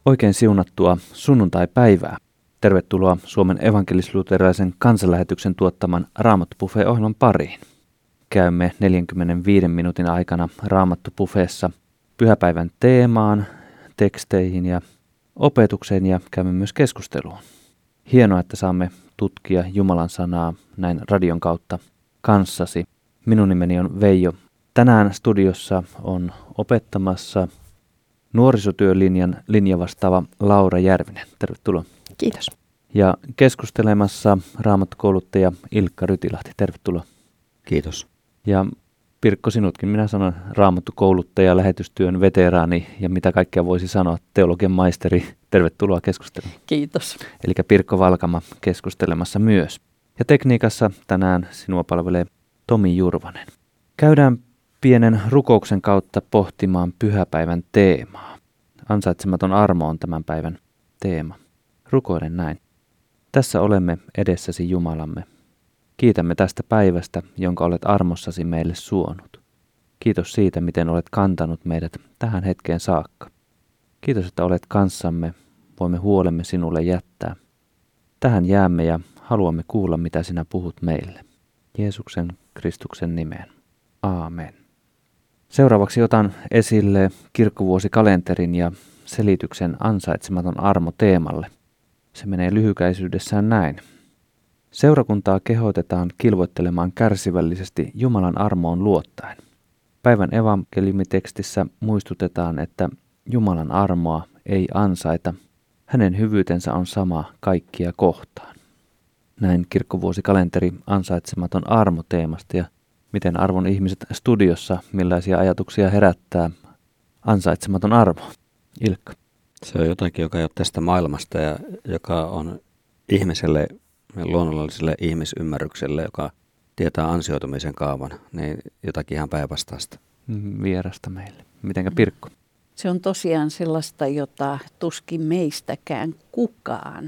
Oikein siunattua sunnuntai-päivää. Tervetuloa Suomen evankelis-luterilaisen kansanlähetyksen tuottaman Raamattu-Buffet-ohjelman pariin. Käymme 45 minuutin aikana Raamattu-Buffeessa pyhäpäivän teemaan, teksteihin ja opetukseen ja käymme myös keskusteluun. Hienoa, että saamme tutkia Jumalan sanaa näin radion kautta kanssasi. Minun nimeni on Veijo. Tänään studiossa on opettamassa nuorisotyölinjan linjavastaava Laura Järvinen. Tervetuloa. Kiitos. Ja keskustelemassa raamattukouluttaja Ilkka Rytilahti. Tervetuloa. Kiitos. Ja Pirkko, sinutkin minä sanon raamattukouluttaja, lähetystyön veteraani ja mitä kaikkea voisi sanoa, teologian maisteri. Tervetuloa keskusteluun. Kiitos. Eli Pirkko Valkama keskustelemassa myös. Ja tekniikassa tänään sinua palvelee Tomi Jurvanen. Käydään pienen rukouksen kautta pohtimaan pyhäpäivän teemaa. Ansaitsematon armo on tämän päivän teema. Rukoilen näin. Tässä olemme edessäsi Jumalamme. Kiitämme tästä päivästä, jonka olet armossasi meille suonut. Kiitos siitä, miten olet kantanut meidät tähän hetkeen saakka. Kiitos, että olet kanssamme. Voimme huolemme sinulle jättää. Tähän jäämme ja haluamme kuulla, mitä sinä puhut meille. Jeesuksen Kristuksen nimeen. Aamen. Seuraavaksi otan esille kirkkovuosikalenterin ja selityksen ansaitsematon armo teemalle. Se menee lyhykäisyydessään näin. Seurakuntaa kehotetaan kilvoittelemaan kärsivällisesti Jumalan armoon luottaen. Päivän evankeliumitekstissä muistutetaan, että Jumalan armoa ei ansaita. Hänen hyvyytensä on sama kaikkia kohtaan. Näin kirkkovuosikalenteri ansaitsematon armo teemasta ja miten arvon ihmiset studiossa, millaisia ajatuksia herättää ansaitsematon arvo. Ilkka. Se on jotakin, joka ei ole tästä maailmasta ja joka on ihmiselle, luonnolliselle ihmisymmärrykselle, joka tietää ansioitumisen kaavan, niin jotakin ihan päinvastaista. Vierasta meille. Mitenkä Pirkko? Se on tosiaan sellaista, jota tuskin meistäkään kukaan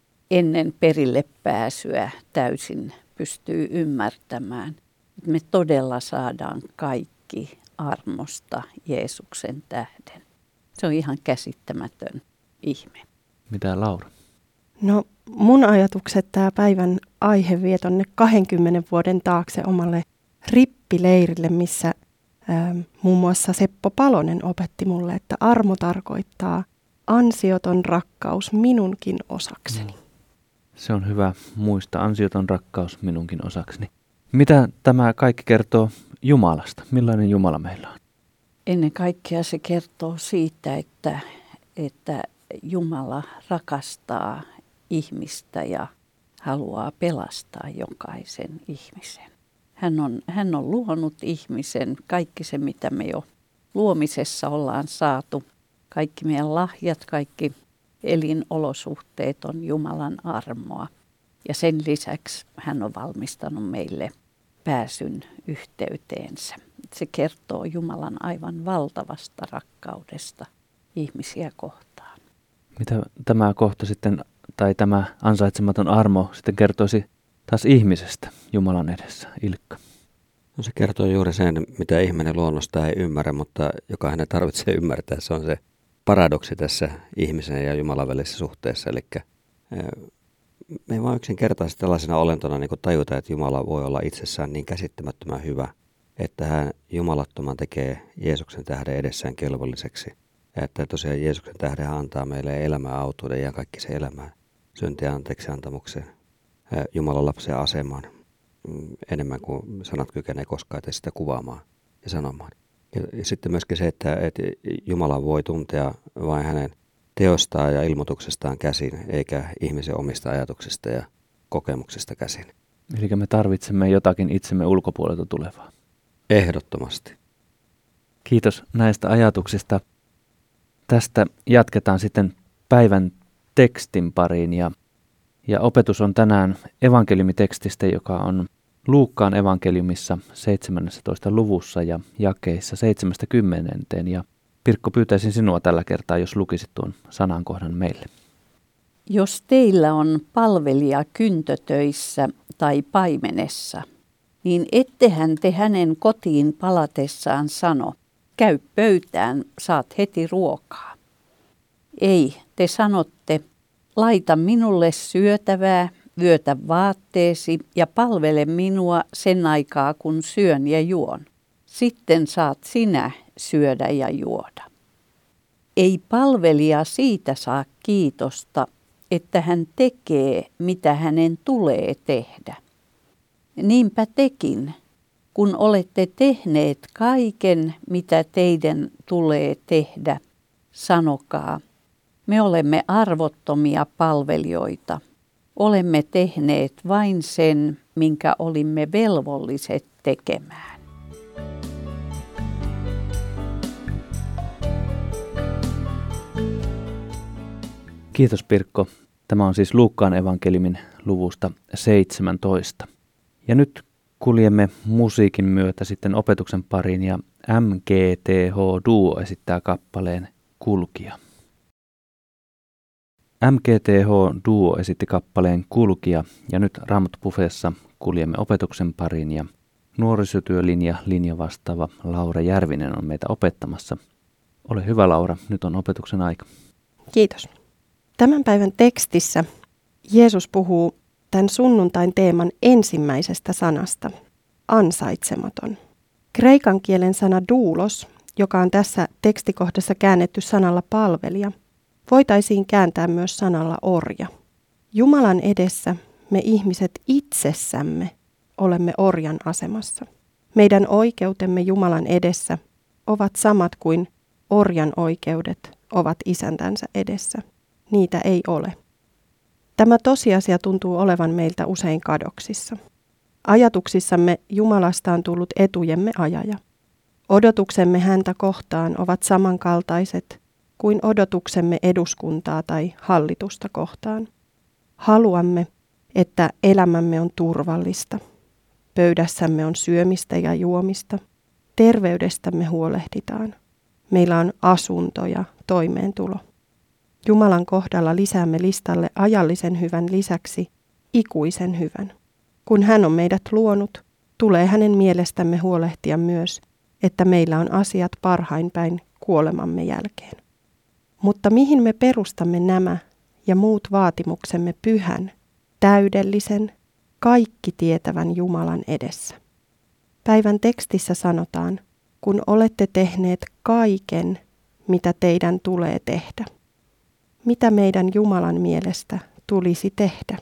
ennen perille pääsyä täysin pystyy ymmärtämään. Me todella saadaan kaikki armosta Jeesuksen tähden. Se on ihan käsittämätön ihme. Mitä Laura? No mun ajatukset tämä päivän aihe vie tonne 20 vuoden taakse omalle rippileirille, missä muun muassa Seppo Palonen opetti mulle, että armo tarkoittaa ansioton rakkaus minunkin osakseni. Se on hyvä muistaa, ansioton rakkaus minunkin osakseni. Mitä tämä kaikki kertoo Jumalasta? Millainen Jumala meillä on? Ennen kaikkea se kertoo siitä, että Jumala rakastaa ihmistä ja haluaa pelastaa jokaisen ihmisen. Hän on luonut ihmisen, kaikki se mitä me jo luomisessa ollaan saatu. Kaikki meidän lahjat, kaikki elinolosuhteet on Jumalan armoa. Ja sen lisäksi hän on valmistanut meille pääsyn yhteyteensä. Se kertoo Jumalan aivan valtavasta rakkaudesta ihmisiä kohtaan. Mitä tämä kohta sitten, tai tämä ansaitsematon armo sitten kertoisi taas ihmisestä Jumalan edessä, Ilkka? No se kertoo juuri sen, mitä ihminen luonnosta ei ymmärrä, mutta joka hänen tarvitsee ymmärtää. Se on se paradoksi tässä ihmisen ja Jumalan välisessä suhteessa. Eli me ei vaan yksinkertaisesti tällaisena olentona niin tajuta, että Jumala voi olla itsessään niin käsittämättömän hyvä, että hän jumalattoman tekee Jeesuksen tähden edessään kelvolliseksi. Ja että tosiaan Jeesuksen tähden hän antaa meille elämää, autuuden ja kaikki se elämään, syntien anteeksi antamuksen, Jumalan lapsen asemaan, enemmän kuin sanat kykenee koskaan sitä kuvaamaan ja sanomaan. Ja sitten myöskin se, että Jumala voi tuntea vain hänen teostaan ja ilmoituksestaan käsin, eikä ihmisen omista ajatuksista ja kokemuksista käsin. Eli me tarvitsemme jotakin itsemme ulkopuolelta tulevaa. Ehdottomasti. Kiitos näistä ajatuksista. Tästä jatketaan sitten päivän tekstin pariin ja opetus on tänään evankeliumitekstistä, joka on Luukkaan evankeliumissa 17. luvussa ja jakeissa 70. Ja Pirkko, pyytäisin sinua tällä kertaa, jos lukisit tuon sanankohdan meille. Jos teillä on palvelija kyntötöissä tai paimenessa, niin ettehän te hänen kotiin palatessaan sano, käy pöytään, saat heti ruokaa. Ei, te sanotte, laita minulle syötävää, vyötä vaatteesi ja palvele minua sen aikaa, kun syön ja juon. Sitten saat sinä syödä ja juoda. Ei palvelija siitä saa kiitosta, että hän tekee, mitä hänen tulee tehdä. Niinpä tekin, kun olette tehneet kaiken, mitä teidän tulee tehdä, sanokaa, me olemme arvottomia palvelijoita. Olemme tehneet vain sen, minkä olimme velvolliset tekemään. Kiitos Pirkko. Tämä on siis Luukkaan evankeliumin luvusta 17. Ja nyt kuljemme musiikin myötä sitten opetuksen pariin ja MGTH Duo esittää kappaleen Kulkija. MGTH Duo esitti kappaleen Kulkija ja nyt Raamattu-Bufeessa kuljemme opetuksen pariin ja nuorisotyölinja vastaava Laura Järvinen on meitä opettamassa. Ole hyvä Laura, nyt on opetuksen aika. Kiitos. Tämän päivän tekstissä Jeesus puhuu tämän sunnuntain teeman ensimmäisestä sanasta, ansaitsematon. Kreikan kielen sana doulos, joka on tässä tekstikohdassa käännetty sanalla palvelija, voitaisiin kääntää myös sanalla orja. Jumalan edessä me ihmiset itsessämme olemme orjan asemassa. Meidän oikeutemme Jumalan edessä ovat samat kuin orjan oikeudet ovat isäntänsä edessä. Niitä ei ole. Tämä tosiasia tuntuu olevan meiltä usein kadoksissa. Ajatuksissamme Jumalasta on tullut etujemme ajaja. Odotuksemme häntä kohtaan ovat samankaltaiset kuin odotuksemme eduskuntaa tai hallitusta kohtaan. Haluamme, että elämämme on turvallista. Pöydässämme on syömistä ja juomista. Terveydestämme huolehditaan. Meillä on asunto ja toimeentulo. Jumalan kohdalla lisäämme listalle ajallisen hyvän lisäksi ikuisen hyvän. Kun hän on meidät luonut, tulee hänen mielestämme huolehtia myös, että meillä on asiat parhain päin kuolemamme jälkeen. Mutta mihin me perustamme nämä ja muut vaatimuksemme pyhän, täydellisen, kaikki tietävän Jumalan edessä? Päivän tekstissä sanotaan, kun olette tehneet kaiken, mitä teidän tulee tehdä. Mitä meidän Jumalan mielestä tulisi tehdä?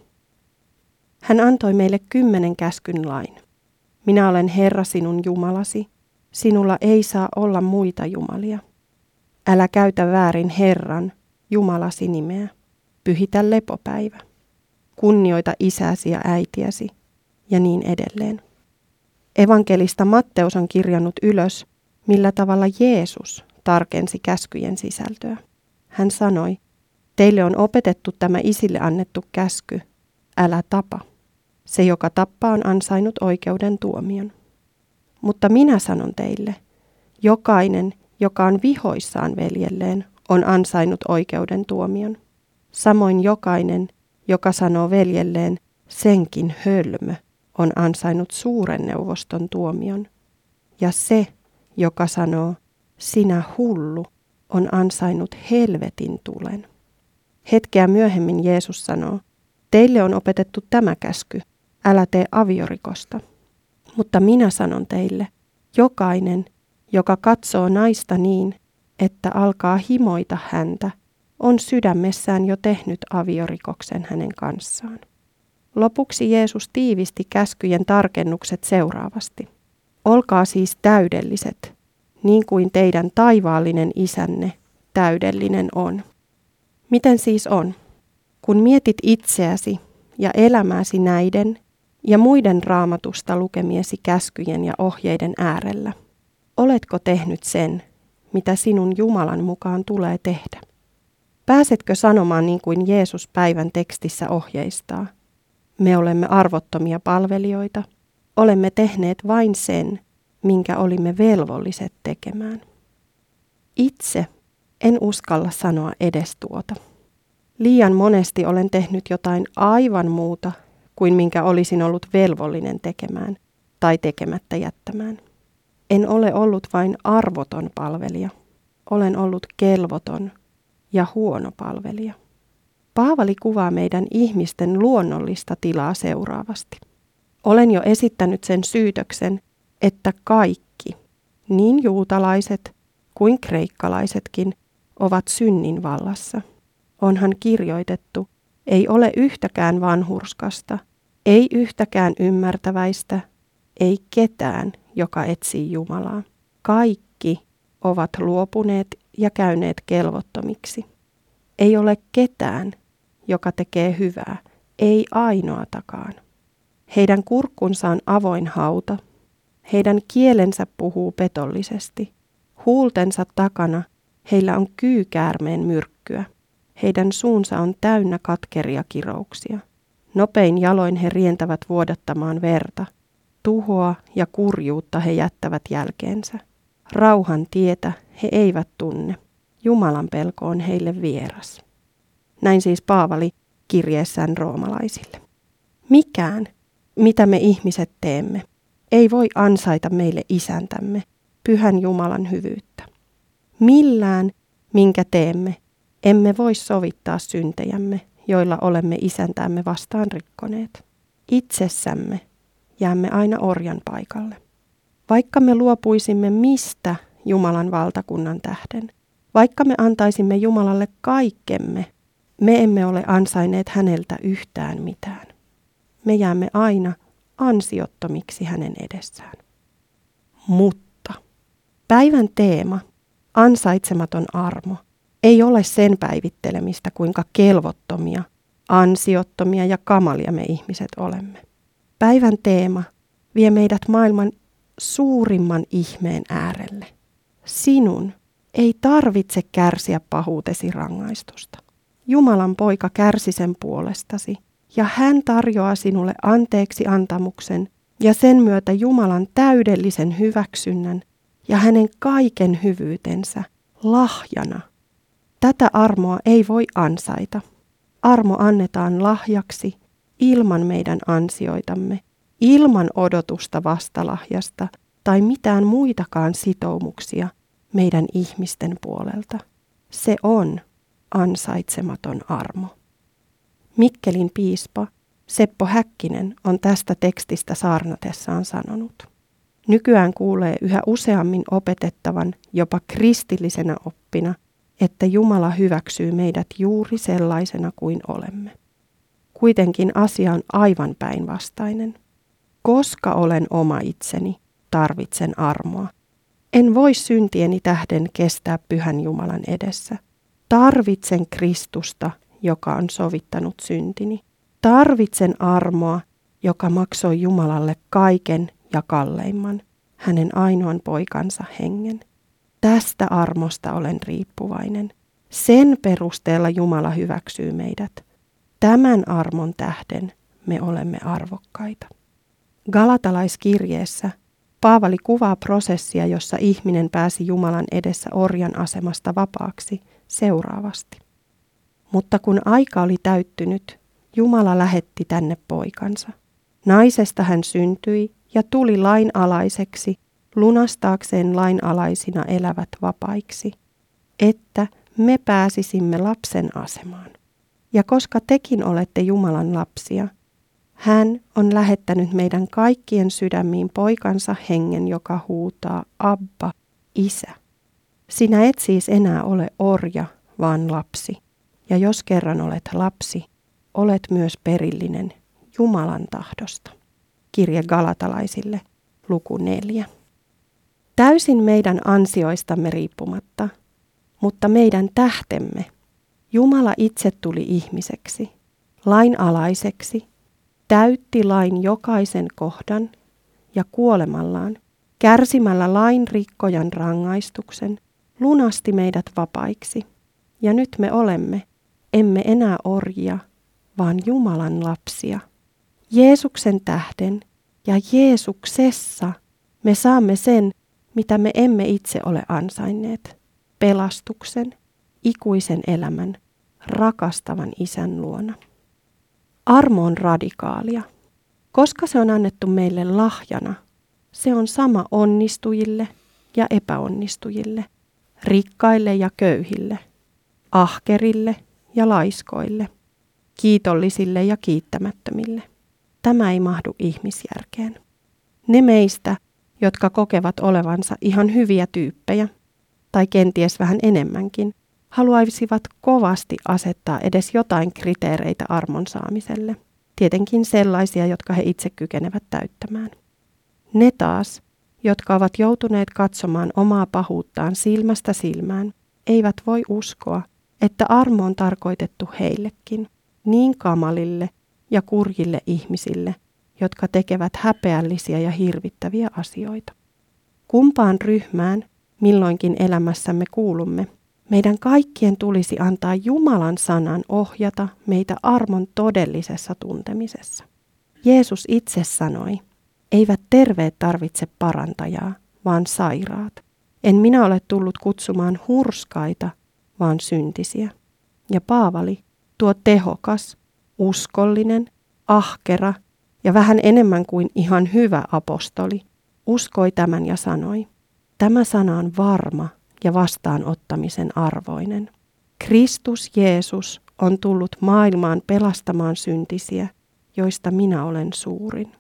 Hän antoi meille 10 käskyn lain. Minä olen Herra sinun Jumalasi, sinulla ei saa olla muita jumalia. Älä käytä väärin Herran, Jumalasi nimeä. Pyhitä lepopäivä. Kunnioita isäsi ja äitiäsi ja niin edelleen. Evankelista Matteus on kirjannut ylös, millä tavalla Jeesus tarkensi käskyjen sisältöä. Hän sanoi, teille on opetettu tämä isille annettu käsky, älä tapa. Se, joka tappaa, on ansainnut oikeuden tuomion. Mutta minä sanon teille, jokainen, joka on vihoissaan veljelleen, on ansainnut oikeuden tuomion. Samoin jokainen, joka sanoo veljelleen, senkin hölmö, on ansainnut suuren neuvoston tuomion. Ja se, joka sanoo, sinä hullu, on ansainnut helvetin tulen. Hetkeä myöhemmin Jeesus sanoo, teille on opetettu tämä käsky, älä tee aviorikosta. Mutta minä sanon teille, jokainen, joka katsoo naista niin, että alkaa himoita häntä, on sydämessään jo tehnyt aviorikoksen hänen kanssaan. Lopuksi Jeesus tiivisti käskyjen tarkennukset seuraavasti. Olkaa siis täydelliset, niin kuin teidän taivaallinen isänne täydellinen on. Miten siis on? Kun mietit itseäsi ja elämääsi näiden ja muiden Raamatusta lukemiesi käskyjen ja ohjeiden äärellä, oletko tehnyt sen, mitä sinun Jumalan mukaan tulee tehdä? Pääsetkö sanomaan niin kuin Jeesus päivän tekstissä ohjeistaa? Me olemme arvottomia palvelijoita, olemme tehneet vain sen, minkä olimme velvolliset tekemään. Itse en uskalla sanoa edes tuota. Liian monesti olen tehnyt jotain aivan muuta kuin minkä olisin ollut velvollinen tekemään tai tekemättä jättämään. En ole ollut vain arvoton palvelija. Olen ollut kelvoton, ja huono palvelija. Paavali kuvaa meidän ihmisten luonnollista tilaa seuraavasti. Olen jo esittänyt sen syytöksen, että kaikki, niin juutalaiset kuin kreikkalaisetkin, ovat synnin vallassa. Onhan kirjoitettu, ei ole yhtäkään vanhurskasta, ei yhtäkään ymmärtäväistä, ei ketään, joka etsii Jumalaa. Kaikki ovat luopuneet ja käyneet kelvottomiksi. Ei ole ketään, joka tekee hyvää, ei ainoatakaan. Heidän kurkkunsa on avoin hauta, heidän kielensä puhuu petollisesti, huultensa takana heillä on kyykäärmeen myrkkyä, heidän suunsa on täynnä katkeria kirouksia. Nopein jaloin he rientävät vuodattamaan verta, tuhoa ja kurjuutta he jättävät jälkeensä. Rauhan tietä he eivät tunne, Jumalan pelko on heille vieras. Näin siis Paavali kirjeessään roomalaisille. Mikään, mitä me ihmiset teemme, ei voi ansaita meille isäntämme, pyhän Jumalan hyvyyttä. Millään, minkä teemme, emme voi sovittaa syntejämme, joilla olemme isäntäämme vastaan rikkoneet. Itsessämme jäämme aina orjan paikalle. Vaikka me luopuisimme mistä Jumalan valtakunnan tähden, vaikka me antaisimme Jumalalle kaikkemme, me emme ole ansainneet häneltä yhtään mitään. Me jäämme aina ansiottomiksi hänen edessään. Mutta päivän teema, ansaitsematon armo, ei ole sen päivittelemistä, kuinka kelvottomia, ansiottomia ja kamalia me ihmiset olemme. Päivän teema vie meidät maailman suurimman ihmeen äärelle. Sinun ei tarvitse kärsiä pahuutesi rangaistusta. Jumalan poika kärsi sen puolestasi, ja hän tarjoaa sinulle anteeksi antamuksen ja sen myötä Jumalan täydellisen hyväksynnän ja hänen kaiken hyvyytensä lahjana. Tätä armoa ei voi ansaita. Armo annetaan lahjaksi ilman meidän ansioitamme, ilman odotusta vastalahjasta tai mitään muitakaan sitoumuksia meidän ihmisten puolelta. Se on ansaitsematon armo. Mikkelin piispa Seppo Häkkinen on tästä tekstistä saarnatessaan sanonut. Nykyään kuulee yhä useammin opetettavan jopa kristillisenä oppina, että Jumala hyväksyy meidät juuri sellaisena kuin olemme. Kuitenkin asia on aivan päinvastainen. Koska olen oma itseni, tarvitsen armoa. En voi syntieni tähden kestää pyhän Jumalan edessä. Tarvitsen Kristusta, joka on sovittanut syntini. Tarvitsen armoa, joka maksoi Jumalalle kaiken ja kalleimman, hänen ainoan poikansa hengen. Tästä armosta olen riippuvainen. Sen perusteella Jumala hyväksyy meidät. Tämän armon tähden me olemme arvokkaita. Galatalaiskirjeessä Paavali kuvaa prosessia, jossa ihminen pääsi Jumalan edessä orjan asemasta vapaaksi seuraavasti. Mutta kun aika oli täyttynyt, Jumala lähetti tänne poikansa. Naisesta hän syntyi ja tuli lainalaiseksi, lunastaakseen lainalaisina elävät vapaiksi, että me pääsisimme lapsen asemaan. Ja koska tekin olette Jumalan lapsia, hän on lähettänyt meidän kaikkien sydämiin poikansa hengen, joka huutaa, Abba, Isä. Sinä et siis enää ole orja, vaan lapsi. Ja jos kerran olet lapsi, olet myös perillinen Jumalan tahdosta. Kirje Galatalaisille, luku 4. Täysin meidän ansioistamme riippumatta, mutta meidän tähtemme, Jumala itse tuli ihmiseksi, lainalaiseksi, täytti lain jokaisen kohdan ja kuolemallaan, kärsimällä lain rikkojan rangaistuksen, lunasti meidät vapaiksi. Ja nyt me olemme, emme enää orjia, vaan Jumalan lapsia. Jeesuksen tähden ja Jeesuksessa me saamme sen, mitä me emme itse ole ansainneet, pelastuksen, ikuisen elämän, rakastavan Isän luona. Armo on radikaalia. Koska se on annettu meille lahjana, se on sama onnistujille ja epäonnistujille, rikkaille ja köyhille. ahkerille ja laiskoille, kiitollisille ja kiittämättömille. Tämä ei mahdu ihmisjärkeen. Ne meistä, jotka kokevat olevansa ihan hyviä tyyppejä, tai kenties vähän enemmänkin, haluaisivat kovasti asettaa edes jotain kriteereitä armon saamiselle. Tietenkin sellaisia, jotka he itse kykenevät täyttämään. Ne taas, jotka ovat joutuneet katsomaan omaa pahuuttaan silmästä silmään, eivät voi uskoa, että armo on tarkoitettu heillekin, niin kamalille ja kurjille ihmisille, jotka tekevät häpeällisiä ja hirvittäviä asioita. Kumpaan ryhmään milloinkin elämässämme kuulumme, meidän kaikkien tulisi antaa Jumalan sanan ohjata meitä armon todellisessa tuntemisessa. Jeesus itse sanoi, eivät terveet tarvitse parantajaa, vaan sairaat. En minä ole tullut kutsumaan hurskaita, vaan syntisiä. Ja Paavali, tuo tehokas, uskollinen, ahkera ja vähän enemmän kuin ihan hyvä apostoli, uskoi tämän ja sanoi, tämä sana on varma ja vastaanottamisen arvoinen. Kristus Jeesus on tullut maailmaan pelastamaan syntisiä, joista minä olen suurin.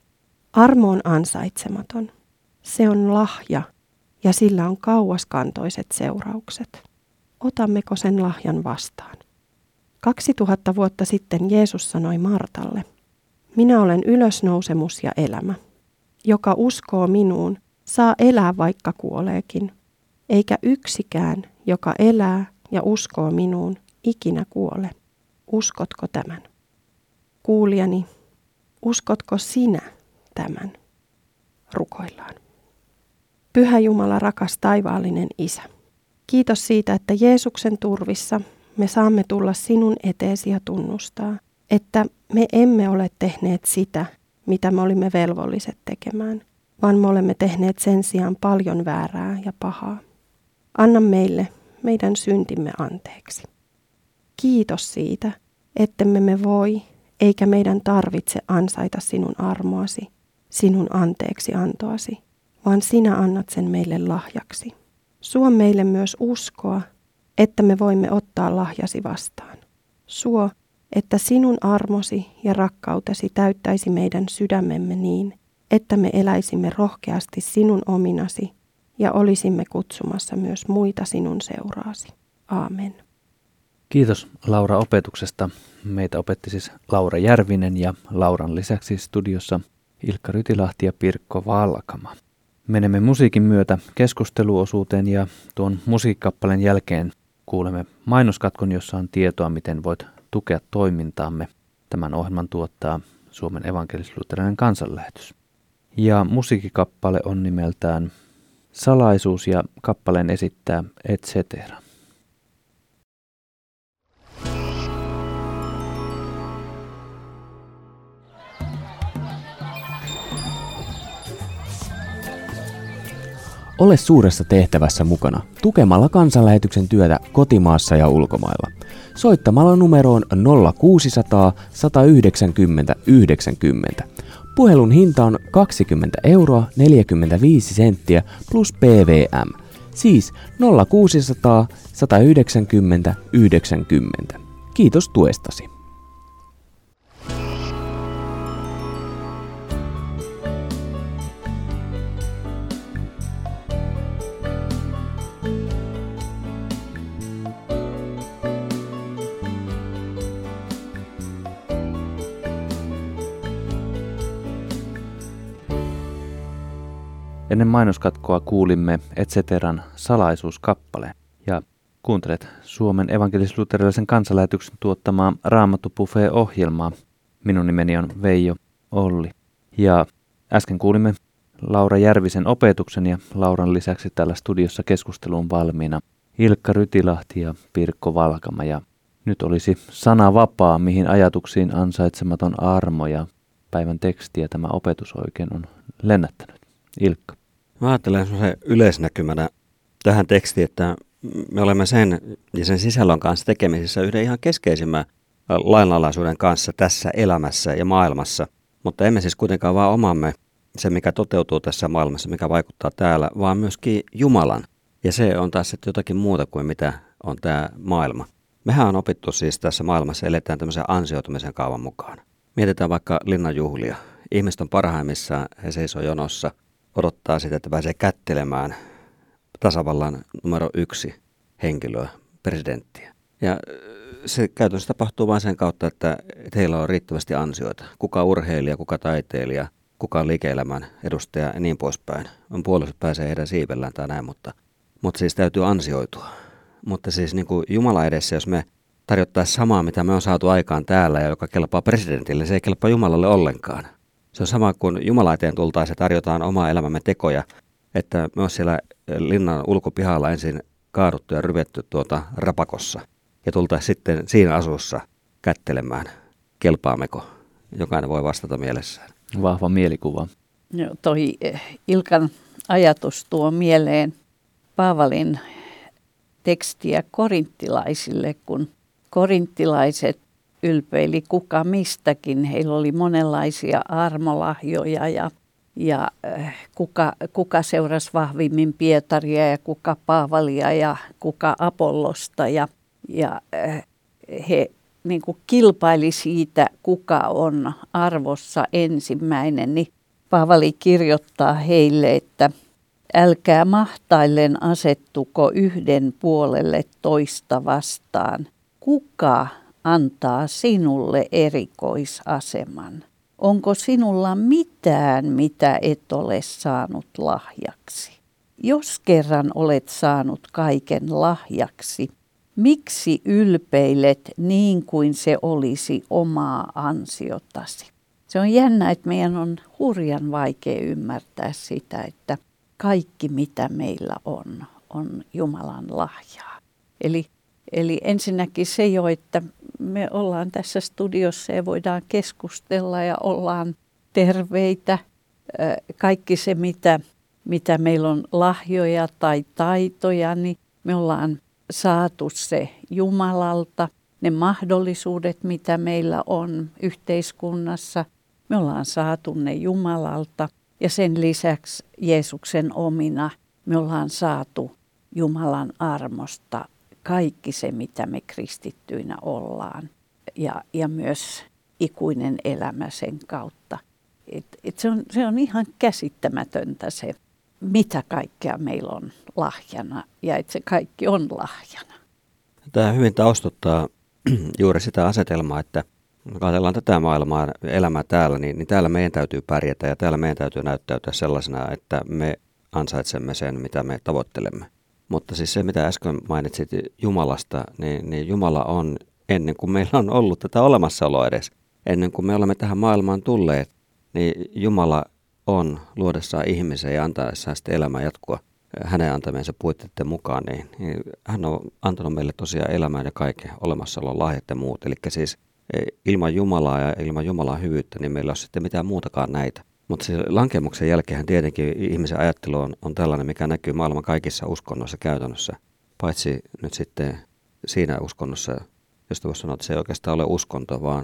Armo on ansaitsematon. Se on lahja ja sillä on kauaskantoiset seuraukset. Otammeko sen lahjan vastaan? 2000 vuotta sitten Jeesus sanoi Martalle, minä olen ylösnousemus ja elämä. Joka uskoo minuun, saa elää vaikka kuoleekin, eikä yksikään, joka elää ja uskoo minuun, ikinä kuole. Uskotko tämän? Kuulijani, uskotko sinä tämän? Rukoillaan. Pyhä Jumala, rakas taivaallinen Isä. Kiitos siitä, että Jeesuksen turvissa me saamme tulla sinun eteesi ja tunnustaa, että me emme ole tehneet sitä, mitä me olimme velvolliset tekemään, vaan me olemme tehneet sen sijaan paljon väärää ja pahaa. Anna meille meidän syntimme anteeksi. Kiitos siitä, ettemme me voi eikä meidän tarvitse ansaita sinun armoasi, sinun anteeksi antoasi, vaan sinä annat sen meille lahjaksi. Suo meille myös uskoa, että me voimme ottaa lahjasi vastaan. Suo, että sinun armosi ja rakkautesi täyttäisi meidän sydämemme niin, että me eläisimme rohkeasti sinun ominasi ja olisimme kutsumassa myös muita sinun seuraasi. Aamen. Kiitos Laura opetuksesta. Meitä opetti siis Laura Järvinen ja Lauran lisäksi studiossa Ilkka Rytilahti ja Pirkko Valkama. Menemme musiikin myötä keskusteluosuuteen ja tuon musiikkikappaleen jälkeen kuulemme mainoskatkon, jossa on tietoa, miten voit tukea toimintaamme. Tämän ohjelman tuottaa Suomen evankelis-luterilainen kansanlähetys. Ja musiikkikappale on nimeltään Salaisuus ja kappaleen esittää etc. Ole suuressa tehtävässä mukana tukemalla kansanlähetyksen työtä kotimaassa ja ulkomailla. Soittamalla numeroon 0600 190 90. Puhelun hinta on 20 € 45 senttiä plus PVM. Siis 0600 190 90. Kiitos tuestasi. Ennen mainoskatkoa kuulimme Etceteran salaisuuskappaleen ja kuuntelet Suomen evankelis-luterilaisen kansanlähetyksen tuottamaa Raamattu Buffet-ohjelmaa. Minun nimeni on Veijo Olli ja äsken kuulimme Laura Järvisen opetuksen ja Lauran lisäksi täällä studiossa keskusteluun valmiina Ilkka Rytilahti ja Pirkko Valkama. Ja nyt olisi sana vapaa, mihin ajatuksiin ansaitsematon armo ja päivän tekstiä tämä opetus oikein on lennättänyt. Ilkka. Mä ajattelen semmoisen yleisnäkymänä tähän tekstiin, että me olemme sen ja sen sisällön kanssa tekemisissä yhden ihan keskeisimmän lainalaisuuden kanssa tässä elämässä ja maailmassa. Mutta emme siis kuitenkaan vaan omamme se, mikä toteutuu tässä maailmassa, mikä vaikuttaa täällä, vaan myöskin Jumalan. Ja se on taas sitten jotakin muuta kuin mitä on tämä maailma. Mehän on opittu siis tässä maailmassa, eletään tämmöisen ansioitumisen kaavan mukaan. Mietitään vaikka linnanjuhlia. Ihmiset on parhaimmissaan, he seisoo jonossa, odottaa sitä, että pääsee kättelemään tasavallan numero 1 henkilöä, presidenttiä. Ja se käytännössä tapahtuu vain sen kautta, että heillä on riittävästi ansioita. Kuka urheilija, kuka taiteilija, kuka liike-elämän edustaja ja niin poispäin. On puolueet pääsee heidän siivellään tai näin, mutta siis täytyy ansioitua. Mutta siis niin kuin Jumala edessä, jos me tarjottaisiin samaa, mitä me on saatu aikaan täällä ja joka kelpaa presidentille, se ei kelpaa Jumalalle ollenkaan. Se on sama kuin Jumala eteen tultaisiin ja tarjotaan omaa elämämme tekoja, että me on siellä linnan ulkopihalla ensin kaaduttu ja ryvetty rapakossa ja tultaisiin sitten siinä asussa kättelemään. Kelpaammeko? Jokainen voi vastata mielessään. Vahva mielikuva. Joo, toi Ilkan ajatus tuo mieleen Paavalin tekstiä korinttilaisille, kun korinttilaiset ylpeili kuka mistäkin. Heillä oli monenlaisia armolahjoja ja kuka seurasi vahvimmin Pietaria ja kuka Paavalia ja kuka Apollosta. Ja he niin kuin kilpaili siitä, kuka on arvossa ensimmäinen. Niin Paavali kirjoittaa heille, että älkää mahtaillen asettuko yhden puolelle toista vastaan. Kuka antaa sinulle erikoisaseman? Onko sinulla mitään, mitä et ole saanut lahjaksi? Jos kerran olet saanut kaiken lahjaksi, miksi ylpeilet niin kuin se olisi omaa ansiotasi? Se on jännä, että meidän on hurjan vaikea ymmärtää sitä, että kaikki mitä meillä on Jumalan lahjaa. Eli ensinnäkin se jo, että me ollaan tässä studiossa ja voidaan keskustella ja ollaan terveitä. Kaikki se, mitä meillä on lahjoja tai taitoja, niin me ollaan saatu se Jumalalta. Ne mahdollisuudet, mitä meillä on yhteiskunnassa, me ollaan saatu ne Jumalalta. Ja sen lisäksi Jeesuksen omina me ollaan saatu Jumalan armosta kaikki se, mitä me kristittyinä ollaan. Ja myös ikuinen elämä sen kautta. Se on ihan käsittämätöntä se, mitä kaikkea meillä on lahjana ja että se kaikki on lahjana. Tämä hyvin taustottaa juuri sitä asetelmaa, että kun ajatellaan tätä maailmaa, elämää täällä, niin täällä meidän täytyy pärjätä ja täällä meidän täytyy näyttäytyä sellaisena, että me ansaitsemme sen, mitä me tavoittelemme. Mutta siis se, mitä äsken mainitsit Jumalasta, niin Jumala on, ennen kuin meillä on ollut tätä olemassaoloa edes, ennen kuin me olemme tähän maailmaan tulleet, niin Jumala on luodessaan ihmisen ja antaessaan sitten elämää jatkua hänen antamiensa puitteiden mukaan, niin hän on antanut meille tosiaan elämään ja kaiken olemassaolon lahjat ja muut. Eli siis ilman Jumalaa ja ilman Jumalan hyvyyttä, niin meillä ei ole sitten mitään muutakaan näitä. Mutta siis lankemuksen jälkeen tietenkin ihmisen ajattelu on tällainen, mikä näkyy maailman kaikissa uskonnoissa käytännössä. Paitsi nyt sitten siinä uskonnossa, josta voisi sanoa, että se ei oikeastaan ole uskonto, vaan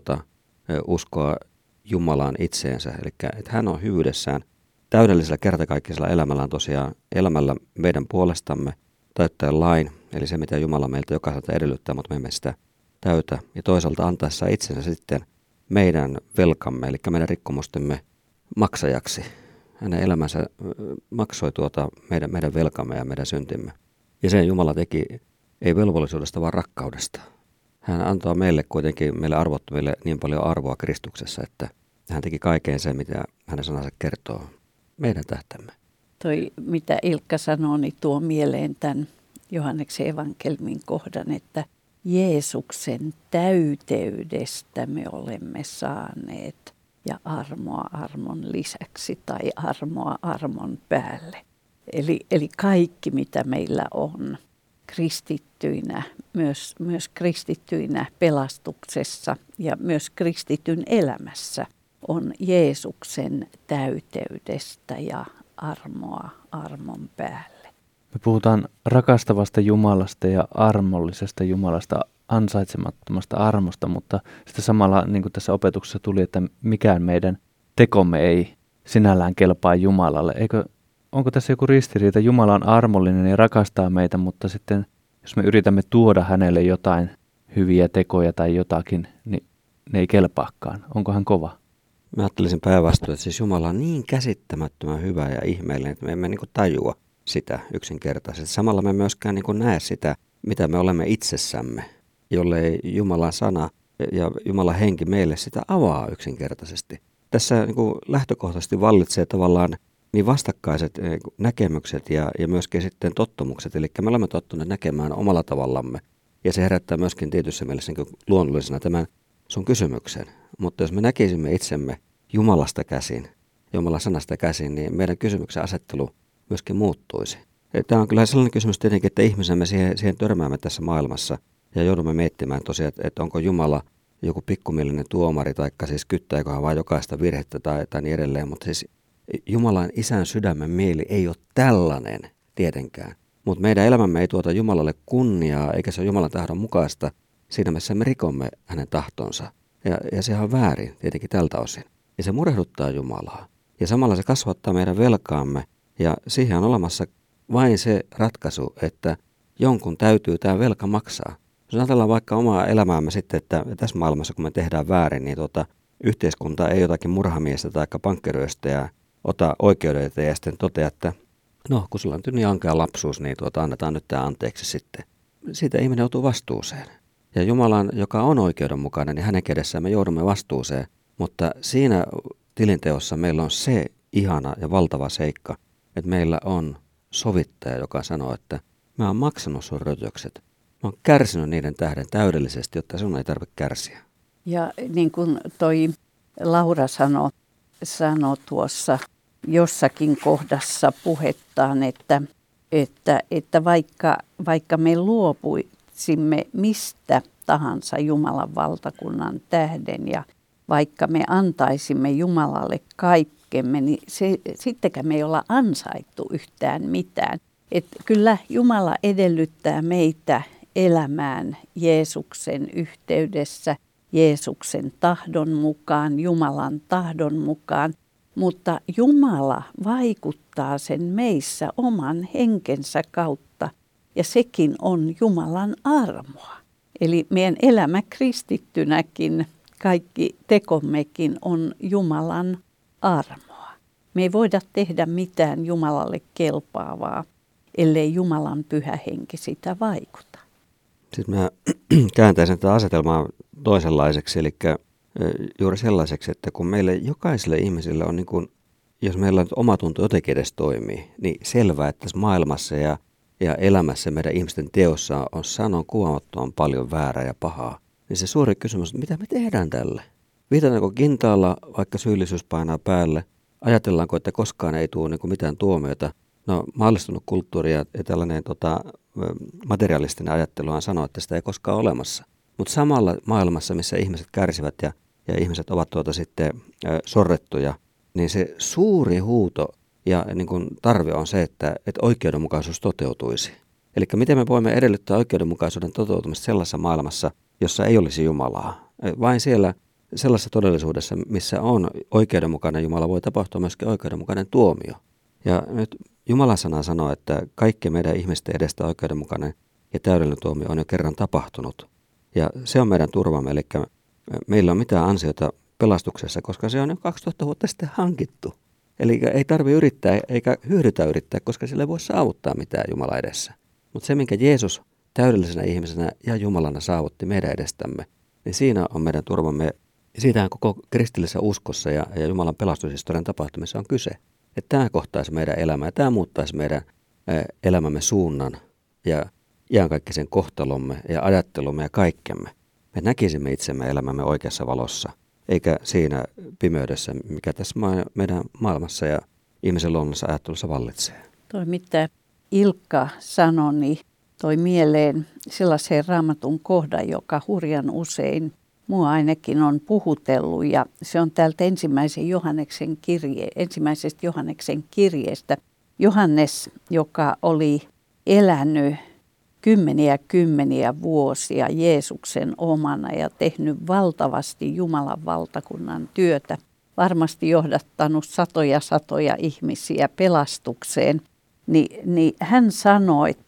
uskoa Jumalaan itseensä. Eli että hän on hyvyydessään täydellisellä kertakaikkisella elämällään tosiaan elämällä meidän puolestamme täyttäen lain, eli se mitä Jumala meiltä jokaiselta edellyttää, mutta me emme sitä täytä. Ja toisaalta antaessa itsensä sitten meidän velkamme, eli meidän rikkomustemme maksajaksi. Hänen elämänsä maksoi meidän velkamme ja meidän syntimme. Ja sen Jumala teki ei velvollisuudesta, vaan rakkaudesta. Hän antoi meille kuitenkin, meille arvottomille niin paljon arvoa Kristuksessa, että hän teki kaiken sen, mitä hänen sanansa kertoo meidän tähtämme. Toi, mitä Ilkka sanoo, niin tuo mieleen tämän Johanneksen evankelmin kohdan, että Jeesuksen täyteydestä me olemme saaneet ja armoa armon lisäksi tai armoa armon päälle. Eli kaikki, mitä meillä on kristittyinä, myös kristittyinä pelastuksessa ja myös kristityn elämässä, on Jeesuksen täyteydestä ja armoa armon päälle. Me puhutaan rakastavasta Jumalasta ja armollisesta Jumalasta, ansaitsemattomasta armosta, mutta sitten samalla, niin kuin tässä opetuksessa tuli, että mikään meidän tekomme ei sinällään kelpaa Jumalalle. Onko tässä joku ristiriita? Jumala on armollinen ja rakastaa meitä, mutta sitten jos me yritämme tuoda hänelle jotain hyviä tekoja tai jotakin, niin ne ei kelpaakaan. Onko hän kova? Mä ajattelisin päinvastoin, että siis Jumala on niin käsittämättömän hyvä ja ihmeellinen, että me emme niin kuin tajua sitä yksinkertaisesti. Samalla me myöskään niin kuin näe sitä, mitä me olemme itsessämme, jollei Jumalan sana ja Jumalan henki meille sitä avaa yksinkertaisesti. Tässä niin kuin lähtökohtaisesti vallitsee tavallaan niin vastakkaiset näkemykset ja myöskin sitten tottumukset. Eli me olemme tottuneet näkemään omalla tavallamme. Ja se herättää myöskin tietyssä mielessä niin luonnollisena tämän sun kysymyksen. Mutta jos me näkisimme itsemme Jumalasta käsin, Jumalan sanasta käsin, niin meidän kysymyksen asettelu myöskin muuttuisi. Tämä on kyllä sellainen kysymys tietenkin, että ihmisemme siihen törmäämme tässä maailmassa ja joudumme miettimään tosiaan, että onko Jumala joku pikkumielinen tuomari, tai siis kyttääkö hän vain jokaista virhettä tai niin edelleen. Mutta siis Jumalan isän sydämen mieli ei ole tällainen tietenkään. Mutta meidän elämämme ei tuota Jumalalle kunniaa, eikä se ole Jumalan tahdon mukaista. Siinä mielessä me rikomme hänen tahtonsa. Ja sehän on väärin tietenkin tältä osin. Ja se murehduttaa Jumalaa. Ja samalla se kasvattaa meidän velkaamme. Ja siihen on olemassa vain se ratkaisu, että jonkun täytyy tämä velka maksaa. Jos ajatellaan vaikka omaa elämäämme sitten, että tässä maailmassa kun me tehdään väärin, niin yhteiskunta ei jotakin murhamiestä tai pankkiryöstäjää ota oikeuden eteen ja sitten totea, että no kun sulla on niin ankea lapsuus, niin annetaan nyt tämä anteeksi sitten. Siitä ihminen joutuu vastuuseen. Ja Jumalan, joka on oikeudenmukainen, niin hänen kädessään me joudumme vastuuseen. Mutta siinä tilinteossa meillä on se ihana ja valtava seikka, että meillä on sovittaja, joka sanoo, että mä oon maksanut sun rötökset. Mä oon kärsinyt niiden tähden täydellisesti, jotta sun ei tarvitse kärsiä. Ja niin kuin toi Laura sanoi tuossa jossakin kohdassa puhettaan, että vaikka me luopuisimme mistä tahansa Jumalan valtakunnan tähden ja vaikka me antaisimme Jumalalle kaikkemme, niin sittenkään me ei olla ansaittu yhtään mitään. Että kyllä Jumala edellyttää meitä elämään Jeesuksen yhteydessä, Jeesuksen tahdon mukaan, Jumalan tahdon mukaan, mutta Jumala vaikuttaa sen meissä oman henkensä kautta ja sekin on Jumalan armoa. Eli meidän elämä kristittynäkin, kaikki tekommekin on Jumalan armoa. Me ei voida tehdä mitään Jumalalle kelpaavaa, ellei Jumalan pyhä henki sitä vaikuta. Sitten mä kääntäisin tätä asetelmaa toisenlaiseksi, eli juuri sellaiseksi, että kun meille jokaiselle ihmiselle on niin kuin, jos meillä nyt omatunto jotenkin edes toimii, niin selvää, että tässä maailmassa ja elämässä meidän ihmisten teossa on sanon kuvamattoman paljon väärää ja pahaa. Niin se suuri kysymys on, mitä me tehdään tälle? Viitataanko kintaalla, vaikka syyllisyys painaa päälle? Ajatellaanko, että koskaan ei tule niin kuin mitään tuomiota? No maallistunut kulttuuri ja tällainen materialistinen ajatteluhan sanoo, että sitä ei koskaan ole olemassa. Mutta samalla maailmassa, missä ihmiset kärsivät ja ihmiset ovat sitten sorrettuja, niin se suuri huuto ja niin kuin tarve on se, että oikeudenmukaisuus toteutuisi. Eli miten me voimme edellyttää oikeudenmukaisuuden toteutumista sellaisessa maailmassa, jossa ei olisi Jumalaa. Vain siellä sellaisessa todellisuudessa, missä on oikeudenmukainen Jumala, voi tapahtua myöskin oikeudenmukainen tuomio. Ja nyt Jumalan sana sanoo, että kaikki meidän ihmisten edestä oikeudenmukainen ja täydellinen tuomio on jo kerran tapahtunut. Ja se on meidän turvamme, eli meillä on mitään ansiota pelastuksessa, koska se on jo 2000 vuotta sitten hankittu. Eli ei tarvitse yrittää eikä hyödytä yrittää, koska sillä ei voi saavuttaa mitään Jumala edessä. Mutta se, minkä Jeesus täydellisenä ihmisenä ja Jumalana saavutti meidän edestämme, niin siinä on meidän turvamme. Siitähän koko kristillisessä uskossa ja Jumalan pelastushistorian tapahtumissa on kyse. Että tämä kohtaisi meidän elämää ja tämä muuttaisi meidän elämämme suunnan ja iankaikkisen kohtalomme ja ajattelumme ja kaikkemme. Me näkisimme itsemme elämämme oikeassa valossa, eikä siinä pimeydessä, mikä tässä meidän maailmassa ja ihmisen luonnollisessa ajattelussa vallitsee. Toi mitä Ilkka sanoi, niin toi mieleen sellaisen Raamatun kohdan, joka hurjan usein mua ainakin on puhutellut, ja se on täältä ensimmäisestä Johanneksen kirjeestä. Johannes, joka oli elänyt kymmeniä vuosia Jeesuksen omana ja tehnyt valtavasti Jumalan valtakunnan työtä, varmasti johdattanut satoja ihmisiä pelastukseen, niin hän sanoi, että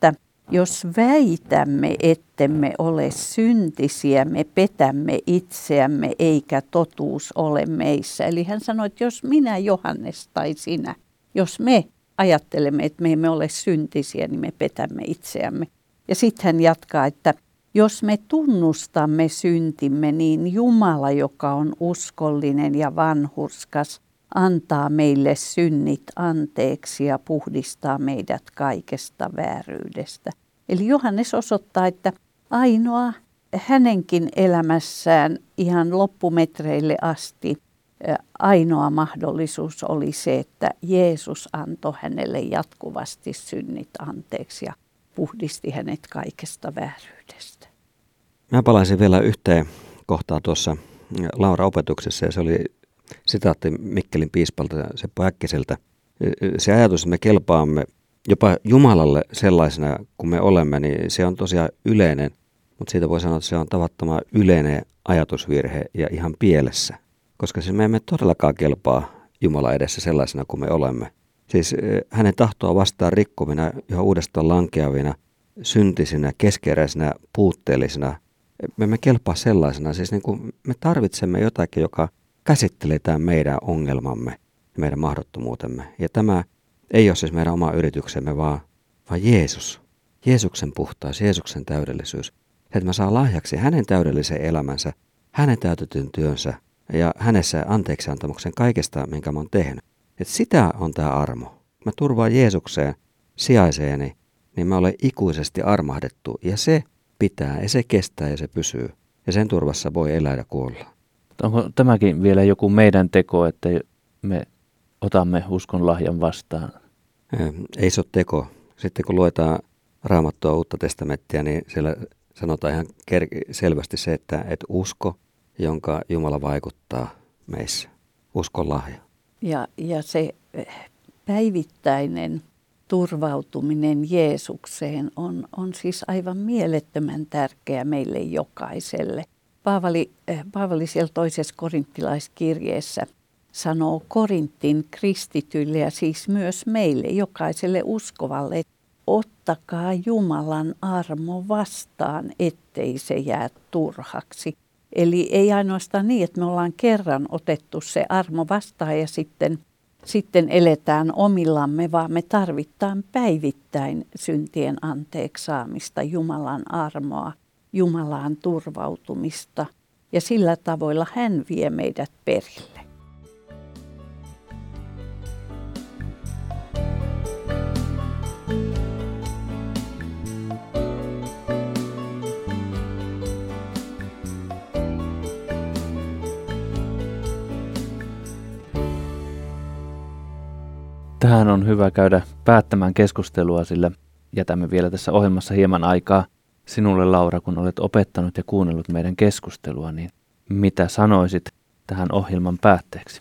Jos väitämme, ettemme ole syntisiä, me petämme itseämme eikä totuus ole meissä. Eli hän sanoi, että jos minä, Johannes tai sinä, jos me ajattelemme, että me emme ole syntisiä, niin me petämme itseämme. Ja sitten hän jatkaa, että jos me tunnustamme syntimme, niin Jumala, joka on uskollinen ja vanhurskas, antaa meille synnit anteeksi ja puhdistaa meidät kaikesta vääryydestä. Eli Johannes osoittaa, että ainoa hänenkin elämässään ihan loppumetreille asti ainoa mahdollisuus oli se, että Jeesus antoi hänelle jatkuvasti synnit anteeksi ja puhdisti hänet kaikesta vääryydestä. Mä palaisin vielä yhteen kohtaan tuossa Laura-opetuksessa, ja se oli sitaatti Mikkelin piispalta Seppo Äkkiseltä. Se ajatus, että me kelpaamme jopa Jumalalle sellaisena kuin me olemme, niin se on tosiaan yleinen, mutta siitä voi sanoa, että se on tavattoman yleinen ajatusvirhe ja ihan pielessä. Koska siis me emme todellakaan kelpaa Jumala edessä sellaisena kuin me olemme. Siis hänen tahtoa vastaan rikkomina, yhä uudestaan lankeavina, syntisinä, keskeräisinä, puutteellisina. Me emme kelpaa sellaisena. Siis niin kuin me tarvitsemme jotakin, joka käsittelee tämän meidän ongelmamme ja meidän mahdottomuutemme. Ja tämä ei ole siis meidän oma yrityksemme, vaan Jeesus. Jeesuksen puhtaus, Jeesuksen täydellisyys. Että mä saan lahjaksi hänen täydellisen elämänsä, hänen täytetyn työnsä ja hänessä anteeksiantamuksen kaikesta, minkä mä oon tehnyt. Että sitä on tämä armo. Mä turvaan Jeesukseen sijaiseeni, niin mä olen ikuisesti armahdettu. Ja se pitää, ja se kestää, ja se pysyy. Ja sen turvassa voi elää ja kuolla. Onko tämäkin vielä joku meidän teko, että me otamme uskon lahjan vastaan? Ei se ole teko. Sitten kun luetaan Raamattua Uutta testamenttia, niin siellä sanotaan ihan selvästi se, että usko, jonka Jumala vaikuttaa meissä. Uskon lahja. Ja se päivittäinen turvautuminen Jeesukseen on siis aivan mielettömän tärkeä meille jokaiselle. Paavali siellä toisessa korinttilaiskirjeessä sanoo Korintin kristityille ja siis myös meille jokaiselle uskovalle, että ottakaa Jumalan armo vastaan, ettei se jää turhaksi. Eli ei ainoastaan niin, että me ollaan kerran otettu se armo vastaan ja sitten eletään omillamme, vaan me tarvitaan päivittäin syntien anteeksi saamista, Jumalan armoa, Jumalaan turvautumista ja sillä tavoilla hän vie meidät perille. Tähän on hyvä käydä päättämään keskustelua, sillä jätämme vielä tässä ohjelmassa hieman aikaa sinulle, Laura, kun olet opettanut ja kuunnellut meidän keskustelua, niin mitä sanoisit tähän ohjelman päätteeksi?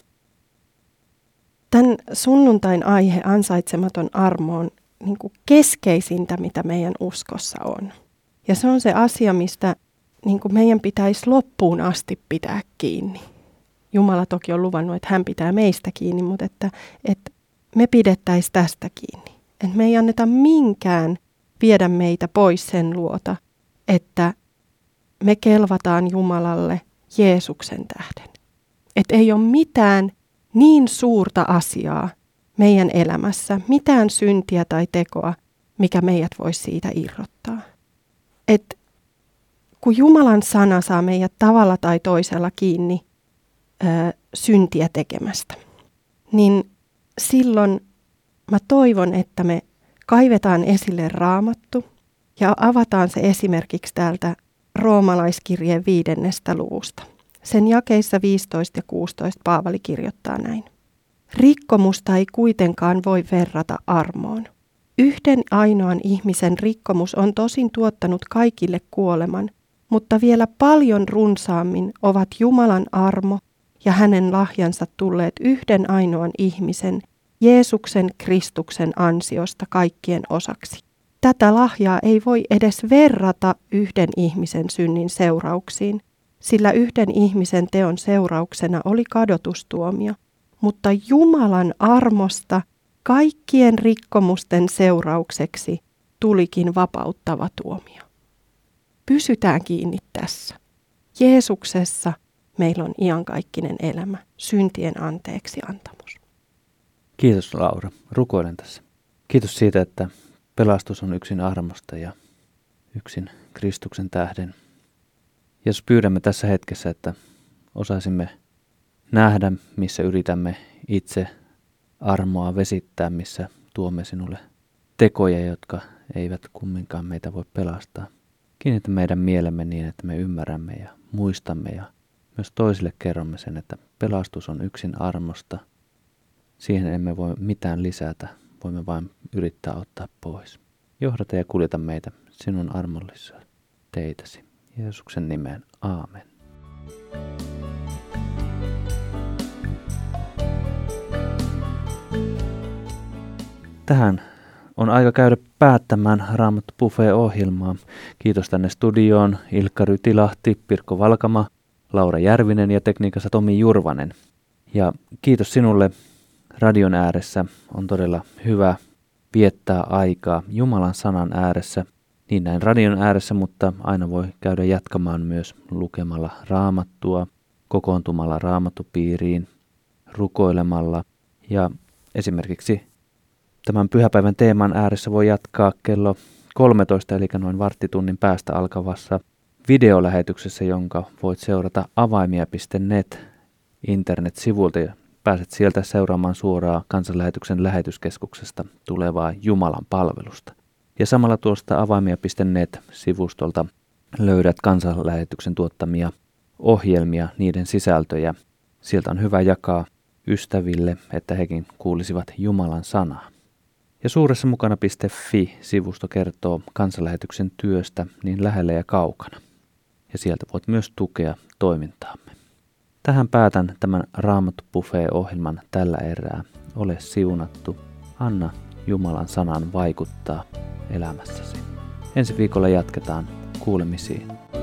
Tämän sunnuntain aihe, ansaitsematon armo, on niin kuin keskeisintä, mitä meidän uskossa on. Ja se on se asia, mistä niin kuin meidän pitäisi loppuun asti pitää kiinni. Jumala toki on luvannut, että hän pitää meistä kiinni, mutta että me pidettäisiin tästä kiinni. Että me ei anneta minkään viedä meitä pois sen luota, että me kelvataan Jumalalle Jeesuksen tähden. Että ei ole mitään niin suurta asiaa meidän elämässä, mitään syntiä tai tekoa, mikä meidät voisi siitä irrottaa. Että kun Jumalan sana saa meidät tavalla tai toisella kiinni syntiä tekemästä, niin silloin mä toivon, että me kaivetaan esille Raamattu ja avataan se esimerkiksi täältä Roomalaiskirjeen 5. luvusta. Sen jakeissa 15 ja 16 Paavali kirjoittaa näin. Rikkomusta ei kuitenkaan voi verrata armoon. Yhden ainoan ihmisen rikkomus on tosin tuottanut kaikille kuoleman, mutta vielä paljon runsaammin ovat Jumalan armo ja hänen lahjansa tulleet yhden ainoan ihmisen, Jeesuksen Kristuksen ansiosta kaikkien osaksi. Tätä lahjaa ei voi edes verrata yhden ihmisen synnin seurauksiin, sillä yhden ihmisen teon seurauksena oli kadotustuomio, mutta Jumalan armosta kaikkien rikkomusten seuraukseksi tulikin vapauttava tuomio. Pysytään kiinni tässä. Jeesuksessa meillä on iankaikkinen elämä, syntien anteeksi antamus. Kiitos Laura. Rukoilen tässä. Kiitos siitä, että pelastus on yksin armosta ja yksin Kristuksen tähden. Jeesus, pyydämme tässä hetkessä, että osaisimme nähdä, missä yritämme itse armoa vesittää, missä tuomme sinulle tekoja, jotka eivät kumminkaan meitä voi pelastaa. Kiinnitä meidän mielemme niin, että me ymmärrämme ja muistamme ja myös toisille kerromme sen, että pelastus on yksin armosta. Siihen emme voi mitään lisätä, voimme vain yrittää ottaa pois. Johdata ja kuljeta meitä sinun armollisessa teitäsi. Jeesuksen nimeen, aamen. Tähän on aika käydä päättämään Raamattu Buffet-ohjelmaa. Kiitos tänne studioon Ilkka Rytilahti, Pirkko Valkama, Laura Järvinen ja tekniikassa Tomi Jurvanen. Ja kiitos sinulle radion ääressä. On todella hyvä viettää aikaa Jumalan sanan ääressä. Niin näin radion ääressä, mutta aina voi käydä jatkamaan myös lukemalla Raamattua, kokoontumalla Raamattupiiriin, rukoilemalla ja esimerkiksi tämän pyhäpäivän teeman ääressä voi jatkaa kello 13, eli noin varttitunnin päästä alkavassa videolähetyksessä, jonka voit seurata avaimia.net internet-sivulta ja pääset sieltä seuraamaan suoraan Kansanlähetyksen lähetyskeskuksesta tulevaa Jumalan palvelusta. Ja samalla tuosta avaimia.net-sivustolta löydät Kansanlähetyksen tuottamia ohjelmia, niiden sisältöjä. Sieltä on hyvä jakaa ystäville, että hekin kuulisivat Jumalan sanaa. Ja suuressa mukana.fi-sivusto kertoo Kansanlähetyksen työstä niin lähellä ja kaukana. Ja sieltä voit myös tukea toimintaamme. Tähän päätän tämän Raamattu Buffet-ohjelman tällä erää. Ole siunattu. Anna Jumalan sanan vaikuttaa elämässäsi. Ensi viikolla jatketaan. Kuulemisiin.